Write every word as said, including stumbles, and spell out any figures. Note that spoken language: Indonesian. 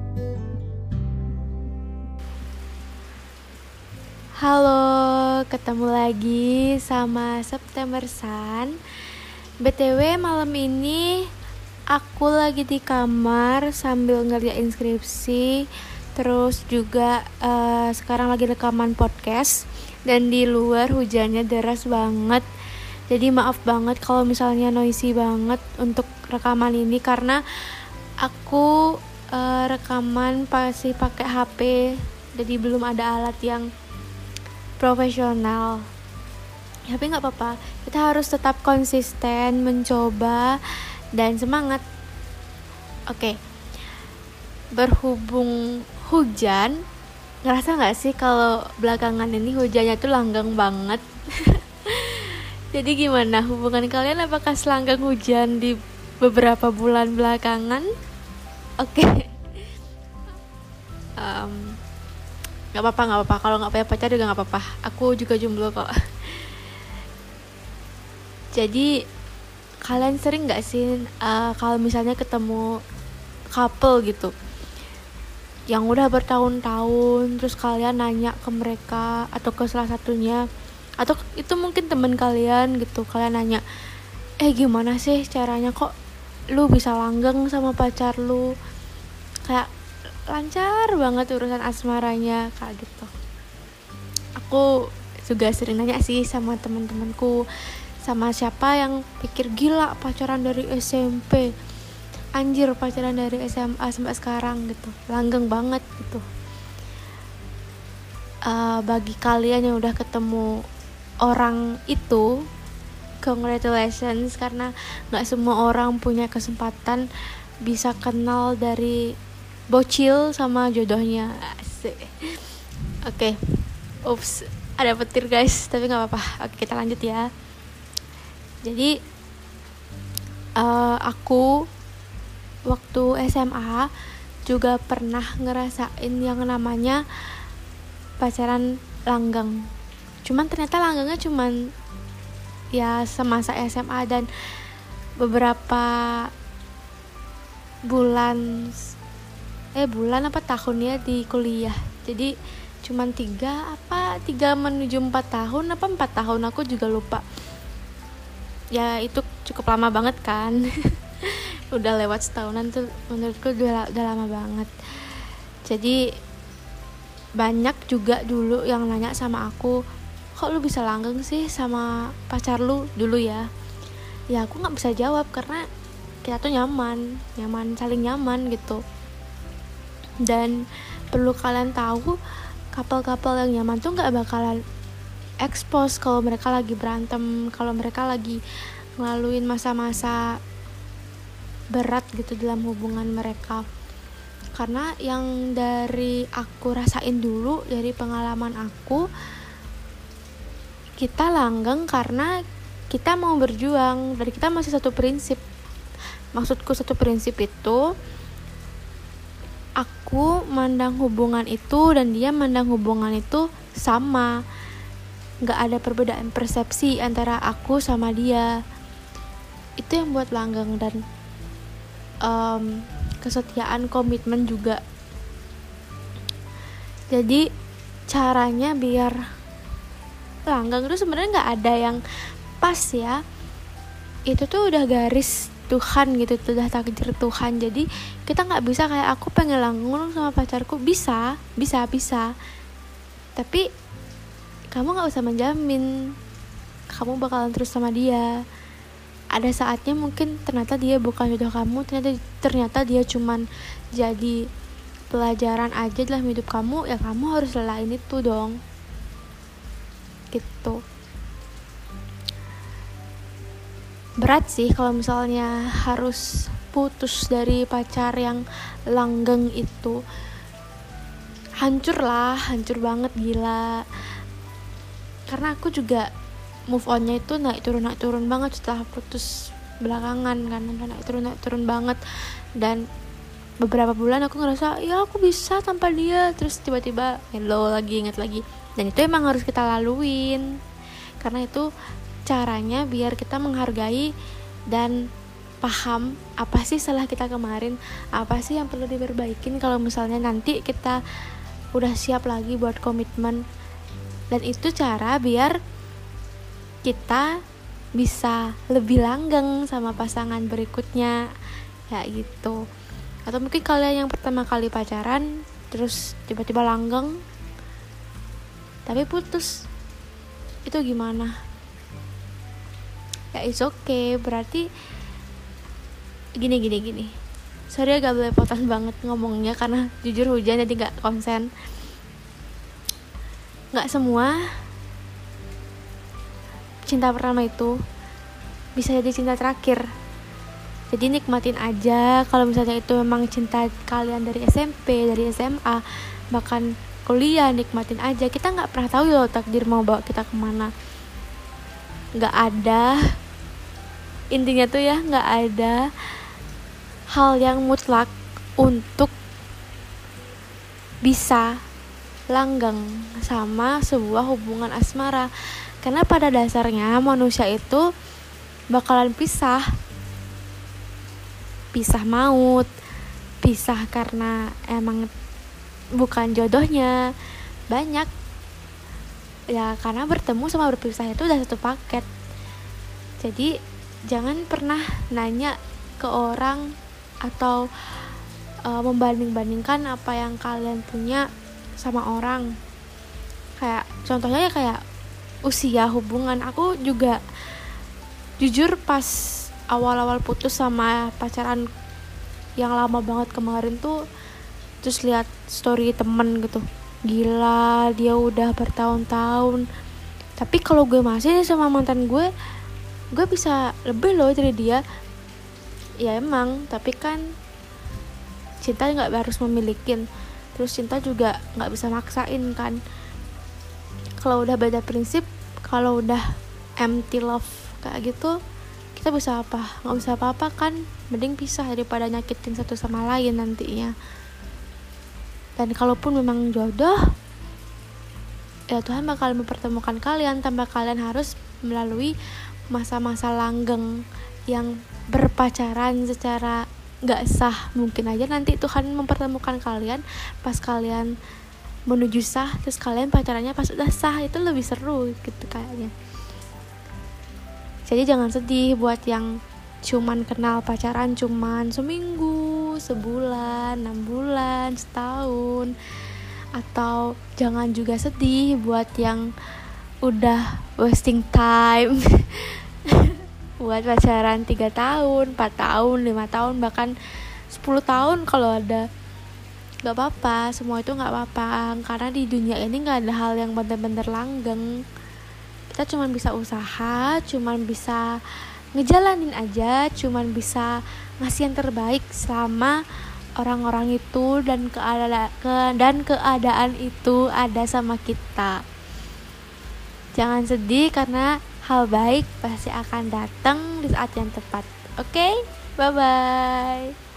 Halo, ketemu lagi sama September Sun. B T W malam ini aku lagi di kamar sambil ngerjain skripsi. Terus juga uh, sekarang lagi rekaman podcast. Dan di luar hujannya deras banget. Jadi maaf banget kalau misalnya noisy banget untuk rekaman ini, karena aku uh, rekaman pasti pakai H P. Jadi belum ada alat yang profesional. Tapi nggak apa-apa, kita harus tetap konsisten, mencoba dan semangat. Oke, berhubung hujan, ngerasa nggak sih kalau belakangan ini hujannya tuh langgang banget? Jadi gimana hubungan kalian? Apakah selanggang hujan di beberapa bulan belakangan? Oke. um, Gak apa-apa, gak apa-apa. Kalau gak punya pacar juga gak apa-apa. Aku juga jomblo kok. Jadi kalian sering gak sih uh, kalau misalnya ketemu couple gitu yang udah bertahun-tahun, terus kalian nanya ke mereka atau ke salah satunya, atau itu mungkin teman kalian gitu, kalian nanya, eh gimana sih caranya kok lu bisa langgeng sama pacar lu, kayak lancar banget urusan asmaranya, kayak gitu. Aku juga sering nanya sih sama teman-temanku, sama siapa yang pikir gila pacaran dari S M P, anjir pacaran dari S M A sampai sekarang gitu, langgeng banget gitu. Uh, bagi kalian yang udah ketemu orang itu, congratulations, karena nggak semua orang punya kesempatan bisa kenal dari bocil sama jodohnya. Asik. Oke, okay. Ups, ada petir guys, tapi nggak apa-apa. Oke, kita lanjut ya. Jadi uh, aku waktu S M A juga pernah ngerasain yang namanya pacaran langgeng. Cuman ternyata langgengnya cuman ya semasa S M A dan beberapa bulan eh bulan apa tahun ya di kuliah. Jadi cuman tiga apa tiga menuju empat tahun apa empat tahun, aku juga lupa. Ya itu cukup lama banget kan. Udah lewat setahunan tuh, menurutku udah, udah lama banget. Jadi banyak juga dulu yang nanya sama aku, kok lu bisa langgeng sih sama pacar lu dulu ya? Ya aku nggak bisa jawab karena kita tuh nyaman, nyaman saling nyaman gitu. Dan perlu kalian tahu, couple-couple yang nyaman tuh gak bakalan expose kalau mereka lagi berantem, kalau mereka lagi ngelaluin masa-masa berat gitu dalam hubungan mereka. Karena yang dari aku rasain dulu, dari pengalaman aku, kita langgeng karena kita mau berjuang, dan kita masih satu prinsip. Maksudku satu prinsip itu, aku mandang hubungan itu dan dia mandang hubungan itu sama. Gak ada perbedaan persepsi antara aku sama dia. Itu yang buat langgeng. Dan um, kesetiaan, komitmen juga. Jadi caranya biar langgeng itu sebenarnya gak ada yang pas ya. Itu tuh udah garis Tuhan gitu, itu udah takdir Tuhan. Jadi kita nggak bisa kayak aku pengen langgeng sama pacarku, bisa, bisa, bisa. Tapi kamu nggak usah menjamin kamu bakalan terus sama dia. Ada saatnya mungkin ternyata dia bukan jodoh kamu, ternyata ternyata dia cuman jadi pelajaran aja dalam hidup kamu. Ya kamu harus lelain itu dong, gitu. Berat sih kalau misalnya harus putus dari pacar yang langgeng itu. Hancur lah, hancur banget, gila. Karena aku juga move on-nya itu naik turun naik turun banget setelah putus belakangan kan, naik turun naik turun banget. Dan beberapa bulan aku ngerasa ya aku bisa tanpa dia, terus tiba-tiba hello lagi, ingat lagi. Dan itu emang harus kita laluin, karena itu caranya biar kita menghargai dan paham apa sih salah kita kemarin, apa sih yang perlu diperbaikin kalau misalnya nanti kita udah siap lagi buat komitmen. Dan itu cara biar kita bisa lebih langgeng sama pasangan berikutnya, ya gitu. Atau mungkin kalian yang pertama kali pacaran terus tiba-tiba langgeng tapi putus, itu gimana? Ya it's okay, berarti gini gini gini sorry agak belepotan banget ngomongnya karena jujur hujan jadi gak konsen. Gak semua cinta pertama itu bisa jadi cinta terakhir, jadi nikmatin aja. Kalau misalnya itu memang cinta kalian dari S M P, dari S M A, bahkan kuliah, nikmatin aja. Kita gak pernah tahu loh takdir mau bawa kita kemana. Gak ada, intinya tuh ya, gak ada hal yang mutlak untuk bisa langgeng sama sebuah hubungan asmara. Karena pada dasarnya manusia itu bakalan pisah. Pisah maut, pisah karena emang bukan jodohnya. Banyak ya, karena bertemu sama berpisah itu udah satu paket. Jadi jangan pernah nanya ke orang atau uh, membanding-bandingkan apa yang kalian punya sama orang. Kayak contohnya ya kayak usia hubungan. Aku juga jujur pas awal-awal putus sama pacaran yang lama banget kemarin tuh, terus lihat story temen gitu, gila dia udah bertahun-tahun. Tapi kalau gue masih sama mantan gue, gue bisa lebih loh dari dia. Ya emang, tapi kan cinta gak harus memilikin. Terus cinta juga gak bisa maksain kan. Kalau udah beda prinsip, kalau udah empty love kayak gitu, kita bisa apa? Gak bisa apa-apa kan. Mending pisah daripada nyakitin satu sama lain nantinya. Dan kalaupun memang jodoh, ya Tuhan bakal mempertemukan kalian, tanpa kalian harus melalui masa-masa langgeng yang berpacaran secara gak sah. Mungkin aja nanti Tuhan mempertemukan kalian pas kalian menuju sah, terus kalian pacarannya pas udah sah. Itu lebih seru gitu kayaknya. Jadi jangan sedih buat yang cuman kenal pacaran cuman seminggu, sebulan, enam bulan, setahun. Atau jangan juga sedih buat yang udah wasting time buat pacaran tiga tahun, empat tahun, lima tahun, bahkan sepuluh tahun kalau ada. Gak apa-apa, semua itu gak apa-apa. Karena di dunia ini gak ada hal yang benar-benar langgeng. Kita cuma bisa usaha, cuma bisa ngejalanin aja, cuma bisa ngasih yang terbaik selama orang-orang itu dan keadaan ke, dan keadaan itu ada sama kita. Jangan sedih karena hal baik pasti akan datang di saat yang tepat. Oke, okay? Bye bye.